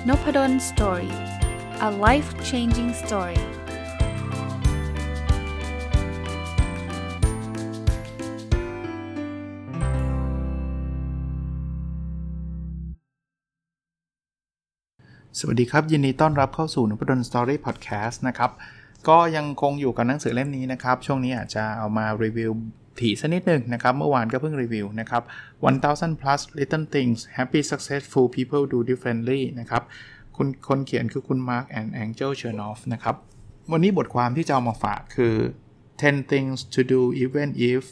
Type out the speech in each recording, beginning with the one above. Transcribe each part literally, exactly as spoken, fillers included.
Noppadan Story. A life-changing story. สวัสดีครับยินดีต้อนรับเข้าสู่ Noppadan Story Podcast นะครับก็ยังคงอยู่กับหนังสือเล่มนี้นะครับช่วงนี้อาจจะเอามารีวิวถี่สักนิดนึงนะครับเมื่อวานก็เพิ่งรีวิวนะครับone thousand plus little things happy successful people do differently นะครับคุณคนเขียนคือคุณ Mark and Angel Chernoff นะครับวันนี้บทความที่จะเอามาฝากคือten things to do even if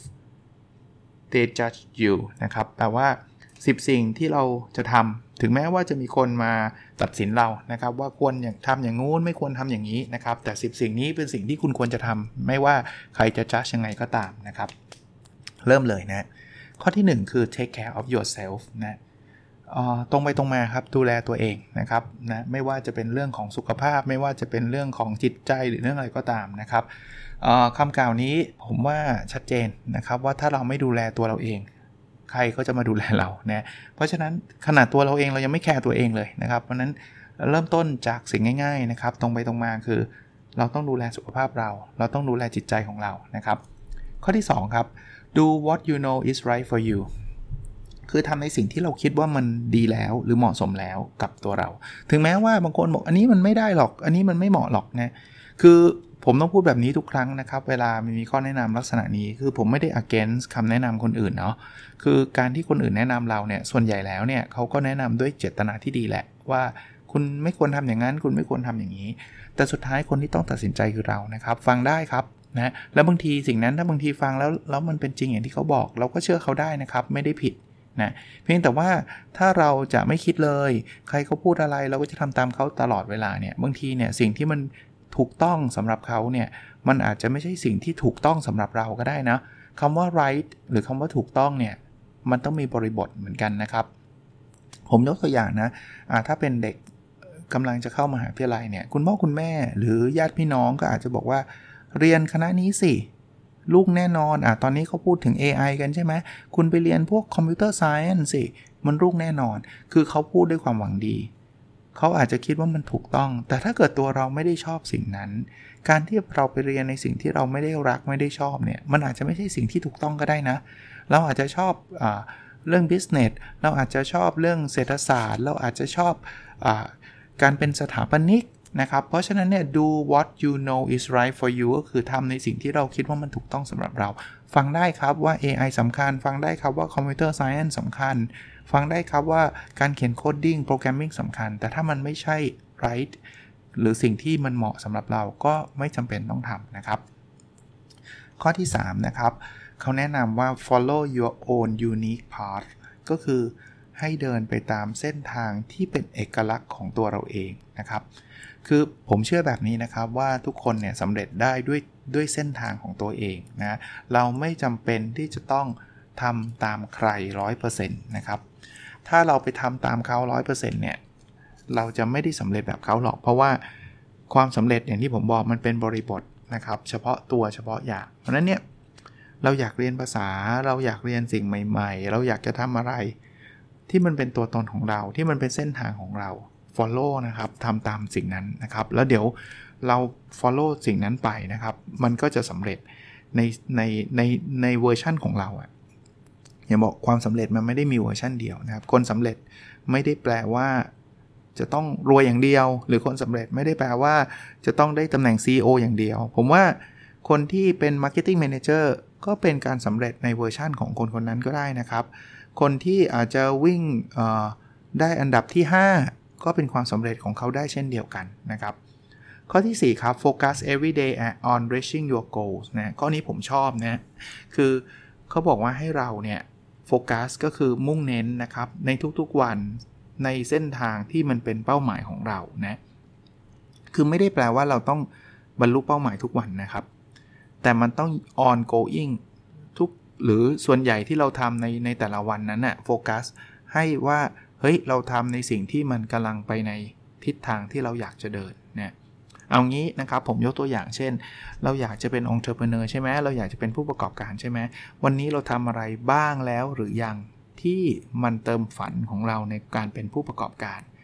they judge you นะครับแปลว่าสิบสิ่งที่เราจะทำถึงแม้ว่าจะมีคนมาตัดสินเรานะครับว่าควรอย่างทำอย่างงู้นไม่ควรทำอย่างนี้นะครับแต่สิบสิ่งนี้เป็นสิ่งที่คุณควรจะทำไม่ว่าใครจะจัดยังไงก็ตามนะครับเริ่มเลยนะข้อที่หนึ่งคือ take care of yourself นะตรงไปตรงมาครับดูแลตัวเองนะครับนะไม่ว่าจะเป็นเรื่องของสุขภาพไม่ว่าจะเป็นเรื่องของจิตใจหรือเรื่องอะไรก็ตามนะครับคำกล่าวนี้ผมว่าชัดเจนนะครับว่าถ้าเราไม่ดูแลตัวเราเองใครก็จะมาดูแลเรานะเพราะฉะนั้นขนาดตัวเราเองเรายังไม่แคร์ตัวเองเลยนะครับเพราะนั้นเริ่มต้นจากสิ่งง่ายๆนะครับตรงไปตรงมาคือเราต้องดูแลสุขภาพเราเราต้องดูแลจิตใจของเรานะครับข้อที่สองครับ do what you know is right for you คือทำในสิ่งที่เราคิดว่ามันดีแล้วหรือเหมาะสมแล้วกับตัวเราถึงแม้ว่าบางคนบอกอันนี้มันไม่ได้หรอกอันนี้มันไม่เหมาะหรอกนะคือผมต้องพูดแบบนี้ทุกครั้งนะครับเวลามีข้อแนะนำลักษณะนี้คือผมไม่ได้ against คำแนะนำคนอื่นเนาะคือการที่คนอื่นแนะนำเราเนี่ยส่วนใหญ่แล้วเนี่ยเขาก็แนะนำด้วยเจตนาที่ดีแหละว่าคุณไม่ควรทำอย่างนั้นคุณไม่ควรทำอย่างนี้แต่สุดท้ายคนที่ต้องตัดสินใจคือเรานะครับฟังได้ครับนะแล้วบางทีสิ่งนั้นถ้าบางทีฟังแล้วแล้วมันเป็นจริงอย่างที่เขาบอกเราก็เชื่อเขาได้นะครับไม่ได้ผิดนะเพียงแต่ว่าถ้าเราจะไม่คิดเลยใครเขาพูดอะไรเราก็จะทำตามเขาตลอดเวลาเนี่ยบางทีเนี่ยสิ่งที่มันถูกต้องสำหรับเขาเนี่ยมันอาจจะไม่ใช่สิ่งที่ถูกต้องสำหรับเราก็ได้นะคำว่า right หรือคำว่าถูกต้องเนี่ยมันต้องมีบริบทเหมือนกันนะครับผมยกตัวอย่างนะอ่าถ้าเป็นเด็กกำลังจะเข้ามหาวิทยาลัยเนี่ยคุณพ่อคุณแม่หรือญาติพี่น้องก็อาจจะบอกว่าเรียนคณะนี้สิลูกแน่นอนอ่ะตอนนี้เขาพูดถึง เอ ไอ กันใช่ไหมคุณไปเรียนพวก Computer Science สิมันลูกแน่นอนคือเขาพูดด้วยความหวังดีเขาอาจจะคิดว่ามันถูกต้องแต่ถ้าเกิดตัวเราไม่ได้ชอบสิ่งนั้นการที่เราไปเรียนในสิ่งที่เราไม่ได้รักไม่ได้ชอบเนี่ยมันอาจจะไม่ใช่สิ่งที่ถูกต้องก็ได้นะเราอาจจะชอบอ่าเรื่อง business เราอาจจะชอบเรื่องเศรษฐศาสตร์เราอาจจะชอบอ่าการเป็นสถาปนิกนะครับเพราะฉะนั้นเนี่ย do what you know is right for you ก็คือทำในสิ่งที่เราคิดว่ามันถูกต้องสำหรับเราฟังได้ครับว่า เอ ไอ สำคัญฟังได้ครับว่า Computer Science สำคัญฟังได้ครับว่าการเขียนโคดดิ้งโปรแกรมมิ่งสำคัญแต่ถ้ามันไม่ใช่ right หรือสิ่งที่มันเหมาะสำหรับเราก็ไม่จำเป็นต้องทำนะครับข้อที่สามนะครับเขาแนะนำว่า follow your own unique path ก็คือให้เดินไปตามเส้นทางที่เป็นเอกลักษณ์ของตัวเราเองนะครับคือผมเชื่อแบบนี้นะครับว่าทุกคนเนี่ยสำเร็จได้ด้วยด้วยเส้นทางของตัวเองนะเราไม่จำเป็นที่จะต้องทำตามใคร ร้อยเปอร์เซ็นต์ นะครับถ้าเราไปทำตามเขา ร้อยเปอร์เซ็นต์ เนี่ยเราจะไม่ได้สำเร็จแบบเขาหรอกเพราะว่าความสำเร็จอย่างที่ผมบอกมันเป็นบริบทนะครับเฉพาะตัวเฉพาะอย่างเพราะนั้นเนี่ยเราอยากเรียนภาษาเราอยากเรียนสิ่งใหม่ๆเราอยากจะทำอะไรที่มันเป็นตัวตนของเราที่มันเป็นเส้นทางของเรา follow นะครับทำตามสิ่งนั้นนะครับแล้วเดี๋ยวเรา follow สิ่งนั้นไปนะครับมันก็จะสำเร็จในในในในเวอร์ชั่นของเราอะอย่าบอกความสำเร็จมันไม่ได้มีเวอร์ชันเดียวนะครับคนสำเร็จไม่ได้แปลว่าจะต้องรวยอย่างเดียวหรือคนสำเร็จไม่ได้แปลว่าจะต้องได้ตำแหน่ง ซี อี โอ อย่างเดียวผมว่าคนที่เป็น Marketing Manager ก็เป็นการสำเร็จในเวอร์ชันของคนคนนั้นก็ได้นะครับคนที่อาจจะวิ่งได้อันดับที่ห้าก็เป็นความสำเร็จของเขาได้เช่นเดียวกันนะครับข้อที่สี่ครับ focus every day on reaching your goals นะข้อนี้ผมชอบนะคือเขาบอกว่าให้เราเนี่ยโฟกัสก็คือมุ่งเน้นนะครับในทุกๆวันในเส้นทางที่มันเป็นเป้าหมายของเรานะคือไม่ได้แปลว่าเราต้องบรรลุเป้าหมายทุกวันนะครับแต่มันต้อง ongoing ทุกหรือส่วนใหญ่ที่เราทำในในแต่ละวันนั้นน่ะโฟกัสให้ว่าเฮ้ยเราทำในสิ่งที่มันกำลังไปในทิศทางที่เราอยากจะเดินเนี่ยเอางี้นะครับผมยกตัวอย่างเช่นเราอยากจะเป็น entrepreneur ใช่ไหมเราอยากจะเป็นผู้ประกอบการใช่ไหมวันนี้เราทำอะไรบ้างแล้วหรือยังที่มันเติมฝันของเราในการเป็นผู้ประกอบการ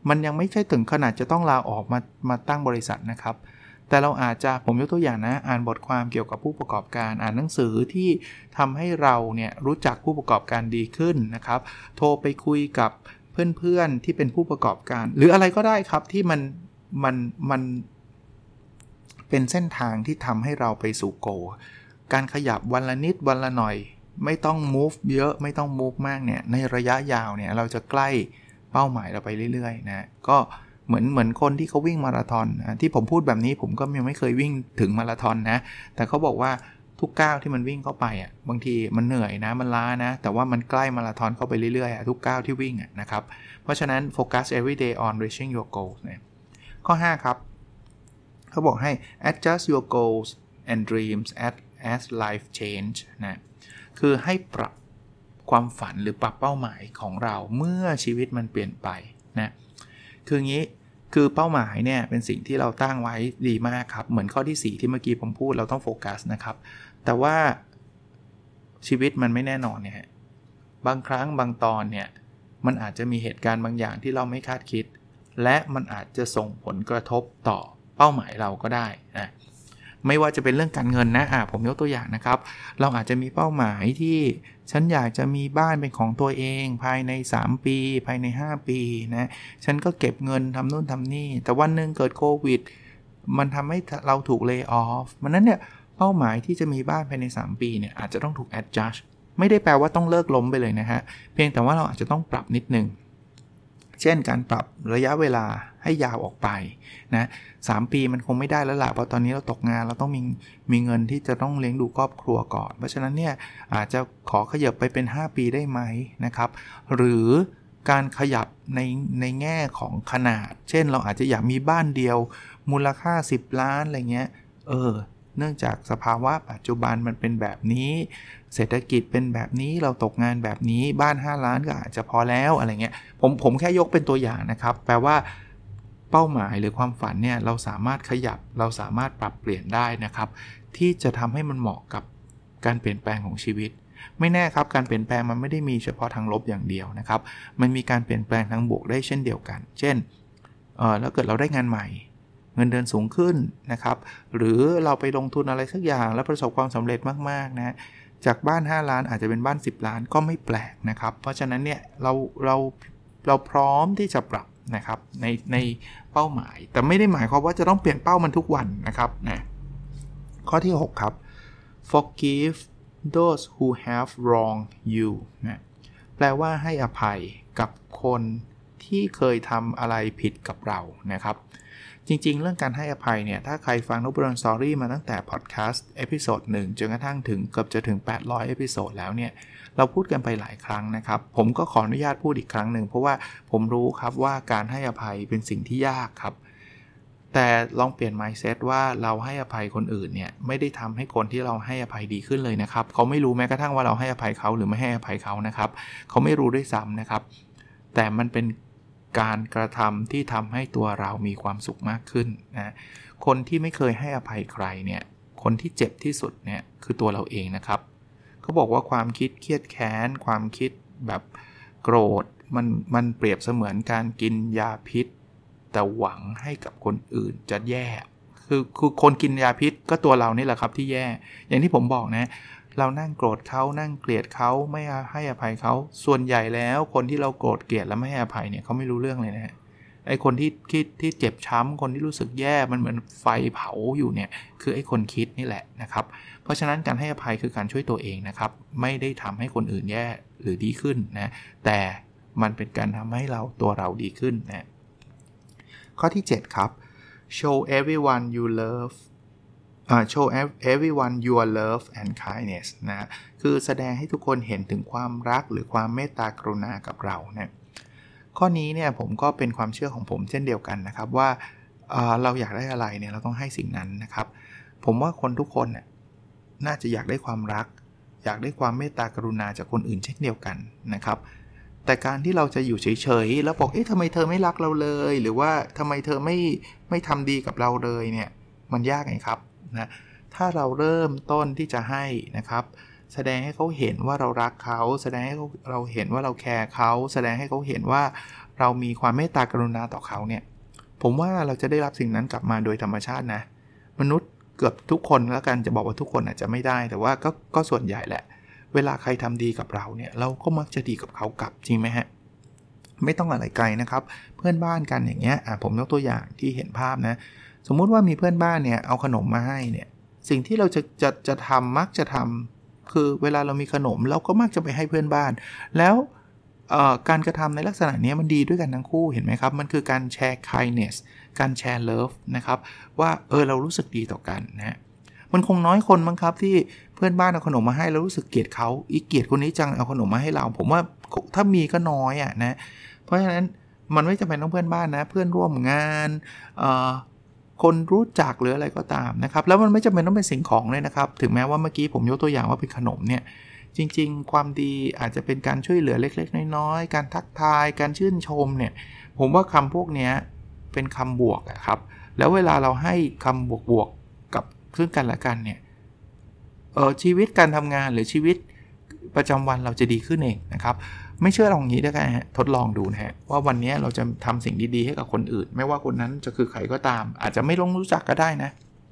มันยังไม่ใช่ถึงขนาดจะต้องลาออกมามาตั้งบริษัทนะครับแต่เราอาจจะผมยกตัวอย่างนะอ่านบทความเกี่ยวกับผู้ประกอบการอ่านหนังสือที่ทำให้เราเนี่ยรู้จักผู้ประกอบการดีขึ้นนะครับโทรไปคุยกับเพื่อนๆที่เป็นผู้ประกอบการหรืออะไรก็ได้ครับที่มันมันมันเป็นเส้นทางที่ทำให้เราไปสู่โกลการขยับวันละนิดวันละหน่อยไม่ต้อง move เยอะไม่ต้อง move มากเนี่ยในระยะยาวเนี่ยเราจะใกล้เป้าหมายเราไปเรื่อยๆนะก็เหมือนเหมือนคนที่เขาวิ่งมาราธอนที่ผมพูดแบบนี้ผมก็ยังไม่เคยวิ่งถึงมาราธอนนะแต่เขาบอกว่าทุกก้าวที่มันวิ่งเข้าไปอ่ะบางทีมันเหนื่อยนะมันล้านะแต่ว่ามันใกล้มาราธอนเข้าไปเรื่อยๆทุกก้าวที่วิ่งอ่ะนะครับเพราะฉะนั้น focus every day on reaching your goals เนี่ยข้อห้าครับเขาบอกให้ adjust your goals and dreams as as life change นะคือให้ปรับความฝันหรือปรับเป้าหมายของเราเมื่อชีวิตมันเปลี่ยนไปนะคืองี้คือเป้าหมายเนี่ยเป็นสิ่งที่เราตั้งไว้ดีมากครับเหมือนข้อที่สี่ที่เมื่อกี้ผมพูดเราต้องโฟกัสนะครับแต่ว่าชีวิตมันไม่แน่นอนเนี่ยบางครั้งบางตอนเนี่ยมันอาจจะมีเหตุการณ์บางอย่างที่เราไม่คาดคิดและมันอาจจะส่งผลกระทบต่อเป้าหมายเราก็ได้นะไม่ว่าจะเป็นเรื่องการเงินนะอ่ะผมยกตัวอย่างนะครับเราอาจจะมีเป้าหมายที่ฉันอยากจะมีบ้านเป็นของตัวเองภายในสามปีภายในห้าปีนะฉันก็เก็บเงินทำนู่นทำนี่แต่วันนึงเกิดโควิดมันทำให้เราถูก lay off มันนั้นเนี่ยเป้าหมายที่จะมีบ้านภายในสามปีเนี่ยอาจจะต้องถูก adjust ไม่ได้แปลว่าต้องเลิกล้มไปเลยนะฮะเพียงแต่ว่าเราอาจจะต้องปรับนิดนึงเช่นการปรับระยะเวลาให้ยาวออกไปนะสามปีมันคงไม่ได้แล้วล่ะเพราะตอนนี้เราตกงานเราต้องมีมีเงินที่จะต้องเลี้ยงดูครอบครัวก่อนเพราะฉะนั้นเนี่ยอาจจะขอขยับไปเป็นห้าปีได้ไหมนะครับหรือการขยับในในแง่ของขนาดเช่นเราอาจจะอยากมีบ้านเดียวมูลค่าสิบล้านอะไรเงี้ยเออเนื่องจากสภาวะปัจจุบันมันเป็นแบบนี้เศรษฐกิจเป็นแบบนี้เราตกงานแบบนี้บ้านห้าล้านก็อาจจะพอแล้วอะไรเงี้ยผมผมแค่ยกเป็นตัวอย่างนะครับแปลว่าเป้าหมายหรือความฝันเนี่ยเราสามารถขยับเราสามารถปรับเปลี่ยนได้นะครับที่จะทำให้มันเหมาะกับการเปลี่ยนแปลงของชีวิตไม่แน่ครับการเปลี่ยนแปลงมันไม่ได้มีเฉพาะทางลบอย่างเดียวนะครับมันมีการเปลี่ยนแปลงทางบวกได้เช่นเดียวกันเช่นเอ่อแล้วเกิดเราได้งานใหม่เงินเดือนสูงขึ้นนะครับหรือเราไปลงทุนอะไรสักอย่างแล้วประสบความสำเร็จมากๆนะจากบ้านห้าล้านอาจจะเป็นบ้านสิบล้านก็ไม่แปลกนะครับเพราะฉะนั้นเนี่ยเราเราเราพร้อมที่จะปรับนะครับในในเป้าหมายแต่ไม่ได้หมายความว่าจะต้องเปลี่ยนเป้ามันทุกวันนะครับนะข้อที่หกครับ forgive those who have wronged you นะแปลว่าให้อภัยกับคนที่เคยทำอะไรผิดกับเรานะครับจริงๆเรื่องการให้อภัยเนี่ยถ้าใครฟังนพดลสตอรี่มาตั้งแต่พอดแคสต์เอพิโซดหนึ่งจนกระทั่งถึงเกือบจะถึงแปดร้อยเอพิโซดแล้วเนี่ยเราพูดกันไปหลายครั้งนะครับผมก็ขออนุญาตพูดอีกครั้งหนึ่งเพราะว่าผมรู้ครับว่าการให้อภัยเป็นสิ่งที่ยากครับแต่ลองเปลี่ยน mindset ว่าเราให้อภัยคนอื่นเนี่ยไม่ได้ทำให้คนที่เราให้อภัยดีขึ้นเลยนะครับเขาไม่รู้แม้กระทั่งว่าเราให้อภัยเขาหรือไม่ให้อภัยเขานะครับเขาไม่รู้ด้วยซ้ำนะครับแต่มันเป็นการกระทำที่ทำให้ตัวเรามีความสุขมากขึ้นนะคนที่ไม่เคยให้อภัยใครเนี่ยคนที่เจ็บที่สุดเนี่ยคือตัวเราเองนะครับเขาบอกว่าความคิดเครียดแค้นความคิดแบบโกรธมันมันเปรียบเสมือนการกินยาพิษแต่หวังให้กับคนอื่นจะแย่คือคือคนกินยาพิษก็ตัวเรานี่แหละครับที่แย่อย่างที่ผมบอกนะเรานั่งโกรธเขานั่งเกลียดเขาไม่ให้อภัยเขาส่วนใหญ่แล้วคนที่เราโกรธเกลียดแล้วไม่ให้อภัยเนี่ยเขาไม่รู้เรื่องเลยนะไอ้คนที่ที่ที่เจ็บช้ำคนที่รู้สึกแย่มันเหมือนไฟเผาอยู่เนี่ยคือไอ้คนคิดนี่แหละนะครับเพราะฉะนั้นการให้อภัยคือการช่วยตัวเองนะครับไม่ได้ทำให้คนอื่นแย่หรือดีขึ้นนะแต่มันเป็นการทำให้เราตัวเราดีขึ้นนะข้อที่เจ็ดครับ show everyone you love Uh, show everyone your love and kindness นะคือแสดงให้ทุกคนเห็นถึงความรักหรือความเมตตากรุณากับเรานะข้อนี้เนี่ยผมก็เป็นความเชื่อของผมเช่นเดียวกันนะครับว่า uh, เราอยากได้อะไรเนี่ยเราต้องให้สิ่งนั้นนะครับผมว่าคนทุกคนเนี่ยน่าจะอยากได้ความรักอยากได้ความเมตตากรุณาจากคนอื่นเช่นเดียวกันนะครับแต่การที่เราจะอยู่เฉยๆแล้วบอกเอ๊ะทำไมเธอไม่รักเราเลยหรือว่าทำไมเธอไม่ไม่ทำดีกับเราเลยเนี่ยมันยากไงครับนะถ้าเราเริ่มต้นที่จะให้นะครับแสดงให้เขาเห็นว่าเรารักเขาแสดงให้เราเห็นว่าเราแคร์เขาแสดงให้เขาเห็นว่าเรามีความเมตตากรุณาต่อเขาเนี่ยผมว่าเราจะได้รับสิ่งนั้นกลับมาโดยธรรมชาตินะมนุษย์เกือบทุกคนแล้วกันจะบอกว่าทุกคนอาจจะไม่ได้แต่ว่าก็ก็ส่วนใหญ่แหละเวลาใครทำดีกับเราเนี่ยเราก็มักจะดีกับเขากลับจริงไหมฮะไม่ต้องอะไรไกลนะครับเพื่อนบ้านกันอย่างเงี้ยอ่ะผมยกตัวอย่างที่เห็นภาพนะสมมุติว่ามีเพื่อนบ้านเนี่ยเอาขนมมาให้เนี่ยสิ่งที่เราจะจะจะทำมักจะทำคือเวลาเรามีขนมเราก็มักจะไปให้เพื่อนบ้านแล้วการกระทำในลักษณะนี้มันดีด้วยกันทั้งคู่เห็นไหมครับมันคือการแชร์ kindness การแชร์ love นะครับว่าเออเรารู้สึกดีต่อกันนะมันคงน้อยคนมั้งครับที่เพื่อนบ้านเอาขนมมาให้แล้วรู้สึกเกลียดเขาอีเกลียดคนนี้จังเอาขนมมาให้เราผมว่าถ้ามีก็น้อยอ่ะนะเพราะฉะนั้นมันไม่จำเป็นต้องเพื่อนบ้านนะเพื่อนร่วมงานคนรู้จักหรืออะไรก็ตามนะครับแล้วมันไม่จำเป็นต้องเป็นสิ่งของเลยนะครับถึงแม้ว่าเมื่อกี้ผมยกตัวอย่างว่าเป็นขนมเนี่ยจริงๆความดีอาจจะเป็นการช่วยเหลือเล็กๆน้อยๆการทักทายการชื่นชมเนี่ยผมว่าคำพวกนี้เป็นคำบวกอะครับแล้วเวลาเราให้คำบวกๆกับซึ่งกันและกันเนี่ยเออชีวิตการทำงานหรือชีวิตประจำวันเราจะดีขึ้นเองนะครับไม่เชื่อลองอย่างนี้ด้วยกันฮะทดลองดูนะฮะว่าวันนี้เราจะทำสิ่งดีๆให้กับคนอื่นไม่ว่าคนนั้นจะคือใครก็ตามอาจจะไม่ลงรู้จักก็ได้นะ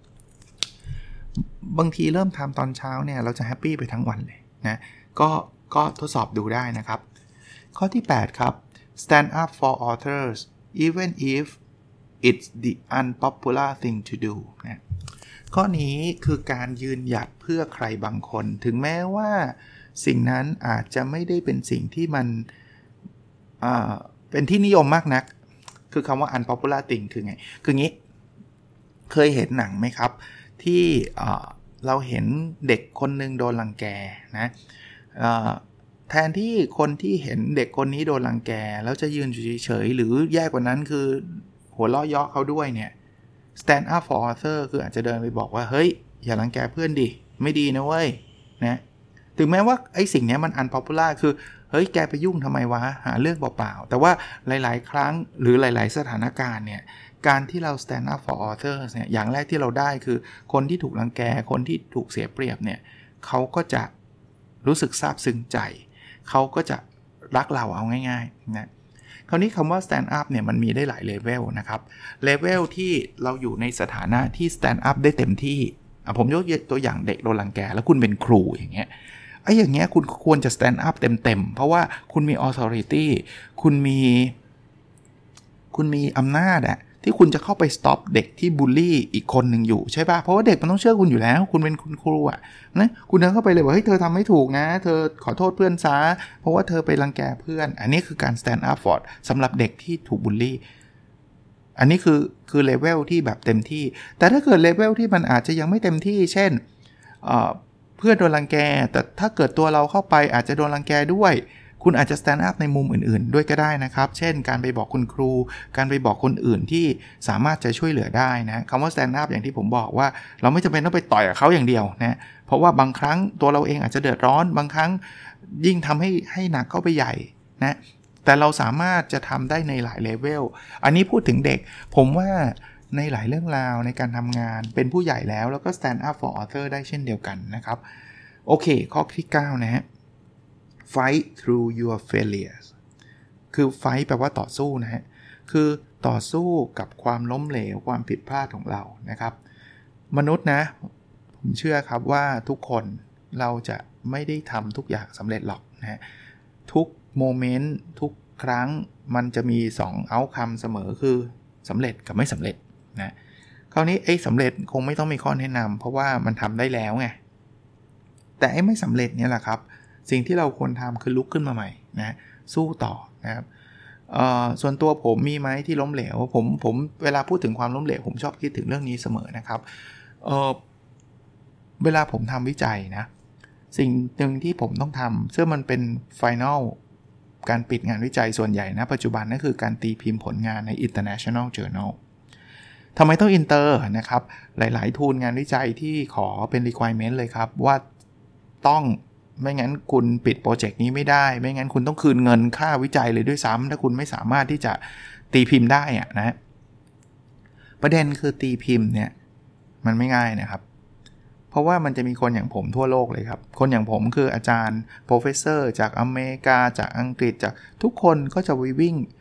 บางทีเริ่มทำตอนเช้าเนี่ยเราจะแฮปปี้ไปทั้งวันเลยนะก็ก็ทดสอบดูได้นะครับข้อที่แปดครับ stand up for authors even if it's the unpopular thing to do นะข้อนี้คือการยืนหยัดเพื่อใครบางคนถึงแม้ว่าสิ่งนั้นอาจจะไม่ได้เป็นสิ่งที่มันอ่าเป็นที่นิยมมากนักคือคำว่า unpopular thing คือไงคืองี้เคยเห็นหนังไหมครับที่เราเห็นเด็กคนนึงโดนรังแกนะแทนที่คนที่เห็นเด็กคนนี้โดนรังแกแล้วจะยืนเฉยๆหรือแย่กว่านั้นคือหัวเราะเยาะเขาด้วยเนี่ย stand up for author คืออาจจะเดินไปบอกว่าเฮ้ยอย่ารังแกเพื่อนดิไม่ดีนะเว้ยนะถึงแม้ว่าไอ้สิ่งนี้มัน unpopular คือเฮ้ยแกไปยุ่งทำไมวะหาเรื่องเปล่าๆแต่ว่าหลายๆครั้งหรือหลายๆสถานการณ์เนี่ยการที่เรา stand up for authors เนี่ยอย่างแรกที่เราได้คือคนที่ถูกรังแกคนที่ถูกเสียเปรียบเนี่ยเขาก็จะรู้สึกซาบซึ้งใจเขาก็จะรักเราเอาง่ายๆนะคราวนี้คำว่า stand up เนี่ยมันมีได้หลายเลเวลนะครับเลเวลที่เราอยู่ในสถานะที่ stand up ได้เต็มที่ผมยกตัวอย่างเด็กโดนรังแกแล้วคุณเป็นครูอย่างเงี้ยไอ้อย่างเงี้ยคุณควรจะ stand up เต็มๆเพราะว่าคุณมี authority คุณมีคุณมีอำนาจอะที่คุณจะเข้าไป stop เด็กที่บูลลี่อีกคนหนึ่งอยู่ใช่ป่ะเพราะว่าเด็กมันต้องเชื่อคุณอยู่แล้วคุณเป็นคุณครูอะนะคุณเดินเข้าไปเลยว่าเฮ้ยเธอทำไม่ถูกนะเธอขอโทษเพื่อนซะเพราะว่าเธอไปรังแกเพื่อนอันนี้คือการ stand up for สำหรับเด็กที่ถูกบูลลี่อันนี้คือคือเลเวลที่แบบเต็มที่แต่ถ้าเกิดเลเวลที่มันอาจจะยังไม่เต็มที่เช่นเอ่อเพื่อนโดนรังแกแต่ถ้าเกิดตัวเราเข้าไปอาจจะโดนรังแกด้วยคุณอาจจะ stand up ในมุมอื่นๆด้วยก็ได้นะครับเช่นการไปบอกคุณครูการไปบอกคนอื่นที่สามารถจะช่วยเหลือได้นะคำว่า stand up อย่างที่ผมบอกว่าเราไม่จำเป็นต้องไปต่อยกับเขาอย่างเดียวนะเพราะว่าบางครั้งตัวเราเองอาจจะเดือดร้อนบางครั้งยิ่งทำให้ให้หนักเข้าไปใหญ่นะแต่เราสามารถจะทำได้ในหลายเลเวลอันนี้พูดถึงเด็กผมว่าในหลายเรื่องราวในการทำงานเป็นผู้ใหญ่แล้วแล้วก็ stand up for author ได้เช่นเดียวกันนะครับโอเคข้อที่เก้านะฮะfight through your failures คือ fight แปลว่าต่อสู้นะฮะคือต่อสู้กับความล้มเหลวความผิดพลาดของเรานะครับมนุษย์นะผมเชื่อครับว่าทุกคนเราจะไม่ได้ทำทุกอย่างสำเร็จหรอกนะทุกโมเมนต์ทุกครั้งมันจะมีสอง outcome เสมอคือสำเร็จกับไม่สำเร็จนะคราวนี้ไอ้สำเร็จคงไม่ต้องมีข้อแนะนำเพราะว่ามันทำได้แล้วไงแต่ไอ้ไม่สำเร็จเนี่ยแหละครับสิ่งที่เราควรทำคือลุกขึ้นมาใหม่นะสู้ต่อนะครับส่วนตัวผมมีไหมที่ล้มเหลวผมผมเวลาพูดถึงความล้มเหลวผมชอบคิดถึงเรื่องนี้เสมอนะครับ เ, เวลาผมทำวิจัยนะสิ่งหนึ่งที่ผมต้องทำซึ่งมันเป็นไฟนอลการปิดงานวิจัยส่วนใหญ่นะปัจจุบันนั่นคือการตีพิมพ์ผลงานใน International Journal ทำไมต้องอินเตอร์นะครับหลายๆทูลงานวิจัยที่ขอเป็น requirement เลยครับว่าต้องไม่งั้นคุณปิดโปรเจกต์นี้ไม่ได้ไม่งั้นคุณต้องคืนเงินค่าวิจัยเลยด้วยซ้ำถ้าคุณไม่สามารถที่จะตีพิมพ์ได้อะนะประเด็นคือตีพิมพ์เนี่ยมันไม่ง่ายนะครับเพราะว่ามันจะมีคนอย่างผมทั่วโลกเลยครับคนอย่างผมคืออาจารย์โปรเฟสเซอร์จากอเมริกาจากอังกฤษจากทุกคนก็จะวิ่ง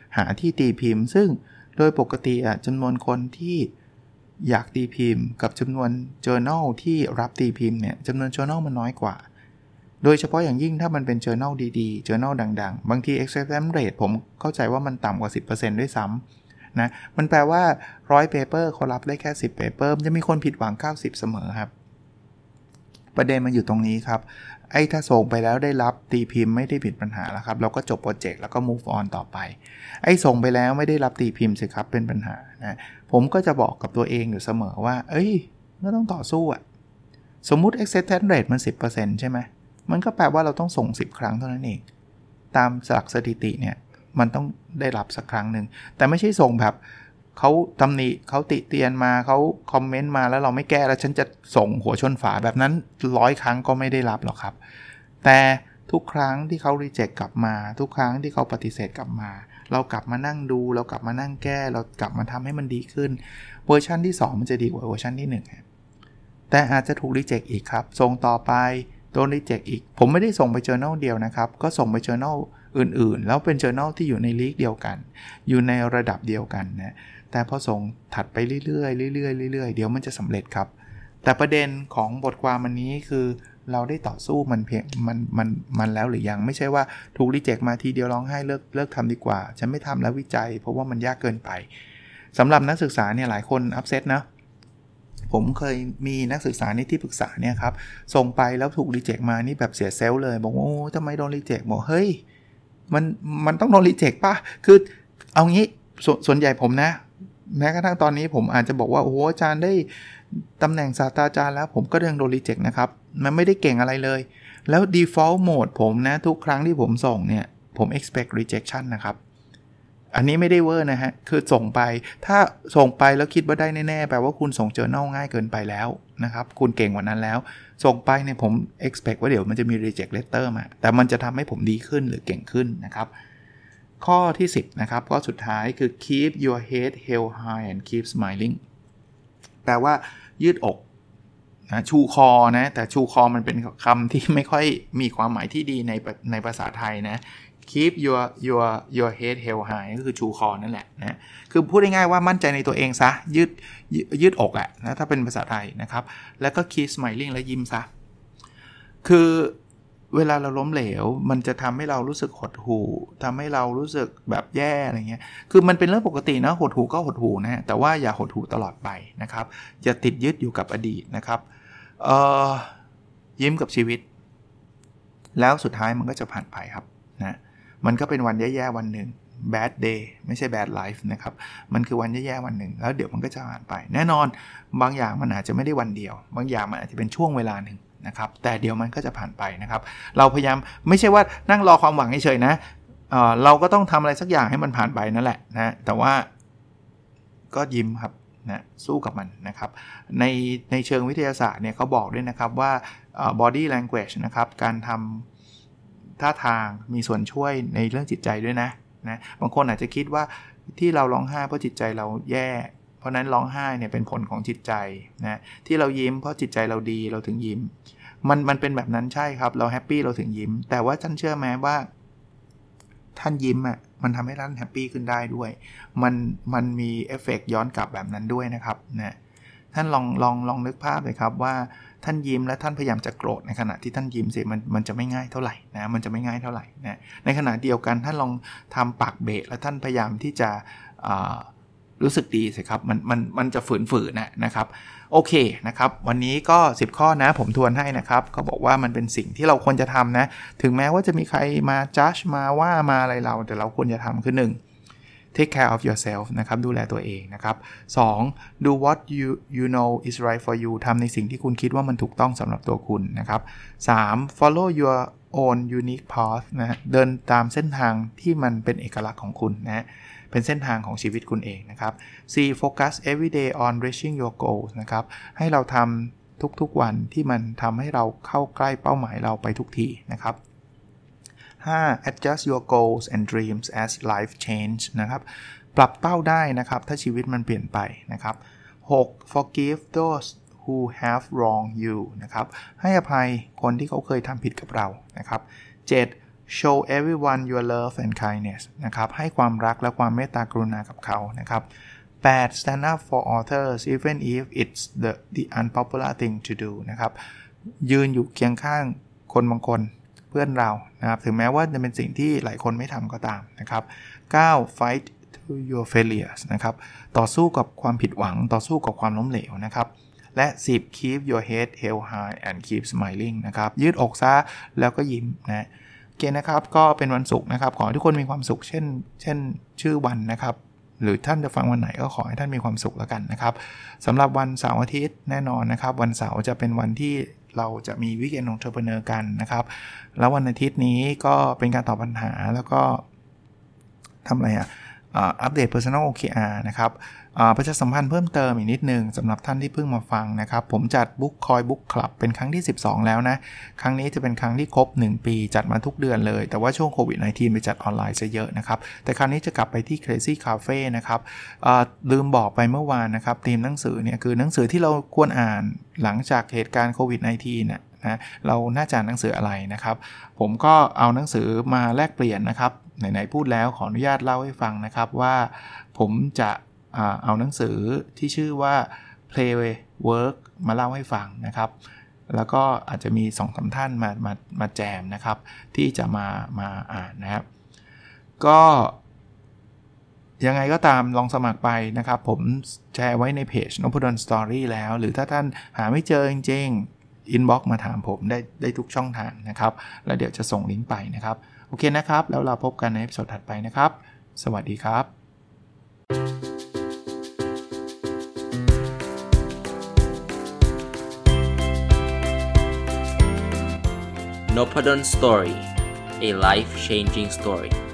หาที่ตีพิมพ์ซึ่งโดยปกติอ่ะจำนวนคนที่อยากตีพิมพ์กับจำนวน journal ที่รับตีพิมพ์เนี่ยจำนวน journal มันน้อยกว่าโดยเฉพาะอย่างยิ่งถ้ามันเป็น journal ดีๆ journal ดังๆบางที acceptance rate ผมเข้าใจว่ามันต่ำกว่า สิบเปอร์เซ็นต์ ด้วยซ้ำนะมันแปลว่าหนึ่งร้อย paper เขารับได้แค่ สิบ paper มันจะมีคนผิดหวังเก้าสิบเสมอครับประเด็นมันอยู่ตรงนี้ครับไอ้ถ้าส่งไปแล้วได้รับตีพิมพ์ไม่ได้ผิดปัญหาแล้วครับเราก็จบโปรเจกต์แล้วก็ move on ต่อไปไอ้ส่งไปแล้วไม่ได้รับตีพิมพ์สิครับเป็นปัญหานะผมก็จะบอกกับตัวเองอยู่เสมอว่าเอ้ยก็ต้องต่อสู้อ่ะสมมุติ acceptance rate มัน สิบเปอร์เซ็นต์ ใช่ไหมมันก็แปลว่าเราต้องส่งสิบครั้งเท่านั้นเองตามหลักสถิติเนี่ยมันต้องได้รับสักครั้งนึงแต่ไม่ใช่ส่งแบบเขาตำหนิเขาติเตียนมาเขาคอมเมนต์มาแล้วเราไม่แก้แล้วฉันจะส่งหัวชนฝาแบบนั้นร้อยครั้งก็ไม่ได้รับหรอกครับแต่ทุกครั้งที่เขารีเจ็คกลับมาทุกครั้งที่เขาปฏิเสธกลับมาเรากลับมานั่งดูเรากลับมานั่งแก้เรากลับมาทำให้มันดีขึ้นเวอร์ชันที่สองมันจะดีกว่าเวอร์ชันที่หนึ่งแต่อาจจะถูกรีเจ็คอีกครับส่งต่อไปโดนรีเจ็คอีกผมไม่ได้ส่งไป journal เดียวนะครับก็ส่งไป journal อื่นๆแล้วเป็น journal ที่อยู่ในลีกเดียวกันอยู่ในระดับเดียวกันนะแต่พอส่งถัดไปเรื่อยๆเรื่อยๆเรื่อยๆเดี๋ยวมันจะสำเร็จครับแต่ประเด็นของบทความอันนี้คือเราได้ต่อสู้มันเพียงมันมันมันแล้วหรือยังไม่ใช่ว่าถูกรีเจ็คมาทีเดียวร้องไห้เลิกเลิกทำดีกว่าฉันไม่ทำแล้ววิจัยเพราะว่ามันยากเกินไปสำหรับนักศึกษาเนี่ยหลายคนอัพเซตนะผมเคยมีนักศึกษาในที่ปรึกษาเนี่ยครับส่งไปแล้วถูกรีเจ็คมานี่แบบเสียเซลล์เลยบอกว่าโอ้ทำไมโดนรีเจ็คบอกเฮ้ยมันมันต้องโดนรีเจ็คป่ะคือเอางี้สส่วนใหญ่ผมนะแม้กระทั่งตอนนี้ผมอาจจะบอกว่าโอ้โหอาจารย์ได้ตำแหน่งศาสตราจารย์แล้วผมก็ยังโดนรีเจ็คนะครับมันไม่ได้เก่งอะไรเลยแล้ว default mode ผมนะทุกครั้งที่ผมส่งเนี่ยผม expect rejection นะครับอันนี้ไม่ได้เวอร์นะฮะคือส่งไปถ้าส่งไปแล้วคิดว่าได้แน่ๆแปลว่าคุณส่ง journal ง่ายเกินไปแล้วนะครับคุณเก่งกว่านั้นแล้วส่งไปเนี่ยผม expect ว่าเดี๋ยวมันจะมี reject letter มาแต่มันจะทำให้ผมดีขึ้นหรือเก่งขึ้นนะครับข้อที่สิบนะครับข้อสุดท้ายคือ keep your head held high and keep smiling แปลว่ายืดอกนะชูคอนะแต่ชูคอมันเป็นคำที่ไม่ค่อยมีความหมายที่ดีในในภาษาไทยนะ keep your your your head held high ก็คือชูคอนั่นแหละนะคือพูดง่ายๆว่ามั่นใจในตัวเองซะยืดยืดอกแหละนะถ้าเป็นภาษาไทยนะครับแล้วก็ keep smiling และยิ้มซะคือเวลาเราล้มเหลวมันจะทำให้เรารู้สึกหดหู่ทำให้เรารู้สึกแบบแย่อะไรเงี้ยคือมันเป็นเรื่องปกตินะหดหู่ก็หดหู่นะแต่ว่าอย่าหดหู่ตลอดไปนะครับอย่าติดยึดอยู่กับอดีตนะครับเอ่อยิ้มกับชีวิตแล้วสุดท้ายมันก็จะผ่านไปครับนะมันก็เป็นวันแย่ๆวันหนึ่ง bad day ไม่ใช่ bad life นะครับมันคือวันแย่ๆวันหนึ่งแล้วเดี๋ยวมันก็จะผ่านไปแน่นอนบางอย่างมันอาจจะไม่ได้วันเดียวบางอย่างมันอาจจะเป็นช่วงเวลาหนึ่งนะครับแต่เดี๋ยวมันก็จะผ่านไปนะครับเราพยายามไม่ใช่ว่านั่งรอความหวังเฉยๆนะ เอ่อ เราก็ต้องทำอะไรสักอย่างให้มันผ่านไปนั่นแหละนะแต่ว่าก็ยิ้มครับนะสู้กับมันนะครับในในเชิงวิทยาศาสตร์เนี่ยเขาบอกด้วยนะครับว่า body language นะครับการทำท่าทางมีส่วนช่วยในเรื่องจิตใจด้วยนะนะบางคนอาจจะคิดว่าที่เราร้องไห้เพราะจิตใจเราแย่เพราะนั้นร้องไห้เนี่ยเป็นผลของจิตใจนะที่เรายิ้มเพราะจิตใจเราดีเราถึงยิ้มมันมันเป็นแบบนั้นใช่ครับเราแฮปปี้เราถึงยิ้มแต่ว่าท่านเชื่อไหมว่าท่านยิ้มอ่ะมันทำให้ท่านแฮปปี้ขึ้นได้ด้วยมันมันมีเอฟเฟกต์ย้อนกลับแบบนั้นด้วยนะครับนะท่านลองลองลองนึกภาพเลยครับว่าท่านยิ้มและท่านพยายามจะโกรธในขณะที่ท่านยิ้มสิมันมันจะไม่ง่ายเท่าไหร่นะมันจะไม่ง่ายเท่าไหร่นะในขณะเดียวกันท่านลองทำปากเบะและท่านพยายามที่จะอ่ารู้สึกดีสิครับมันมันมันจะฝืนๆนะนะครับโอเคนะครับวันนี้ก็สิบข้อนะผมทวนให้นะครับเขาบอกว่ามันเป็นสิ่งที่เราควรจะทำนะถึงแม้ว่าจะมีใครมาจัดมาว่ามาอะไรเราแต่เราควรจะทำคือหนึ่ง take care of yourself นะครับดูแลตัวเองนะครับสอง do what you you know is right for you ทำในสิ่งที่คุณคิดว่ามันถูกต้องสำหรับตัวคุณนะครับสาม follow your own unique path นะเดินตามเส้นทางที่มันเป็นเอกลักษณ์ของคุณนะเป็นเส้นทางของชีวิตคุณเองนะครับ สี่ focus every day on reaching your goals นะครับให้เราทำทุกๆวันที่มันทำให้เราเข้าใกล้เป้าหมายเราไปทุกทีนะครับห้า adjust your goals and dreams as life change นะครับปรับเป้าได้นะครับถ้าชีวิตมันเปลี่ยนไปนะครับหก forgive those who have wronged you นะครับให้อภัยคนที่เขาเคยทำผิดกับเรานะครับเจ็ด show everyone your love and kindness นะครับให้ความรักและความเมตตากรุณากับเขานะครับแปด stand up for authors even if it's the the unpopular thing to do นะครับยืนอยู่เคียงข้างคนบางคนเพื่อนเรานะครับถึงแม้ว่าจะเป็นสิ่งที่หลายคนไม่ทำก็ตามนะครับเก้า fight to your failures นะครับต่อสู้กับความผิดหวังต่อสู้กับความล้มเหลวนะครับและสิบ keep your head held high and keep smiling นะครับยืดอกซะแล้วก็ยิ้มนะโอเคนะครับก็เป็นวันศุกร์นะครับขอให้ทุกคนมีความสุขเช่นเช่นชื่อวันนะครับหรือท่านจะฟังวันไหนก็ขอให้ท่านมีความสุขแล้วกันนะครับสำหรับวันเสาร์อาทิตย์แน่นอนนะครับวันเสาร์จะเป็นวันที่เราจะมีวิกเอนด์ Entrepreneur กันนะครับแล้ววันอาทิตย์นี้ก็เป็นการตอบปัญหาแล้วก็ทำอะไรอ่ะอัปเดต Personal โอ เค อาร์ นะครับประชาสัมพันธ์เพิ่มเติมอีกนิดนึงสำหรับท่านที่เพิ่งมาฟังนะครับผมจัด Book Coin Book Club เป็นครั้งที่สิบสองแล้วนะครั้งนี้จะเป็นครั้งที่ครบหนึ่งปีจัดมาทุกเดือนเลยแต่ว่าช่วงโควิด สิบเก้า ไปจัดออนไลน์ซะเยอะนะครับแต่ครั้งนี้จะกลับไปที่ Crazy Cafe นะครับลืมบอกไปเมื่อวานนะครับธีมหนังสือเนี่ยคือหนังสือที่เราควรอ่านหลังจากเหตุการณ์โควิด สิบเก้า เนี่ยนะเราน่าจะอ่านหนังสืออะไรนะครับผมก็เอาหนังสือมาแลกเปลี่ยนนะครับไหนๆพูดแล้วขออนุญาตเล่าให้ฟังนะครับว่าผมจะเอาหนังสือที่ชื่อว่า Play Work มาเล่าให้ฟังนะครับแล้วก็อาจจะมี สองสาม ท่านมามามาแจมนะครับที่จะมามาอ่านนะครับก็ยังไงก็ตามลองสมัครไปนะครับผมแชร์ไว้ในเพจ Nopadon Story แล้วหรือถ้าท่านหาไม่เจอจริงๆ inbox มาถามผมได้ได้ทุกช่องทางนะครับแล้วเดี๋ยวจะส่งลิงก์ไปนะครับโอเคนะครับแล้วเราพบกันในเอพิโซดถัดไปนะครับสวัสดีครับ Nopadon Story, a life-changing story.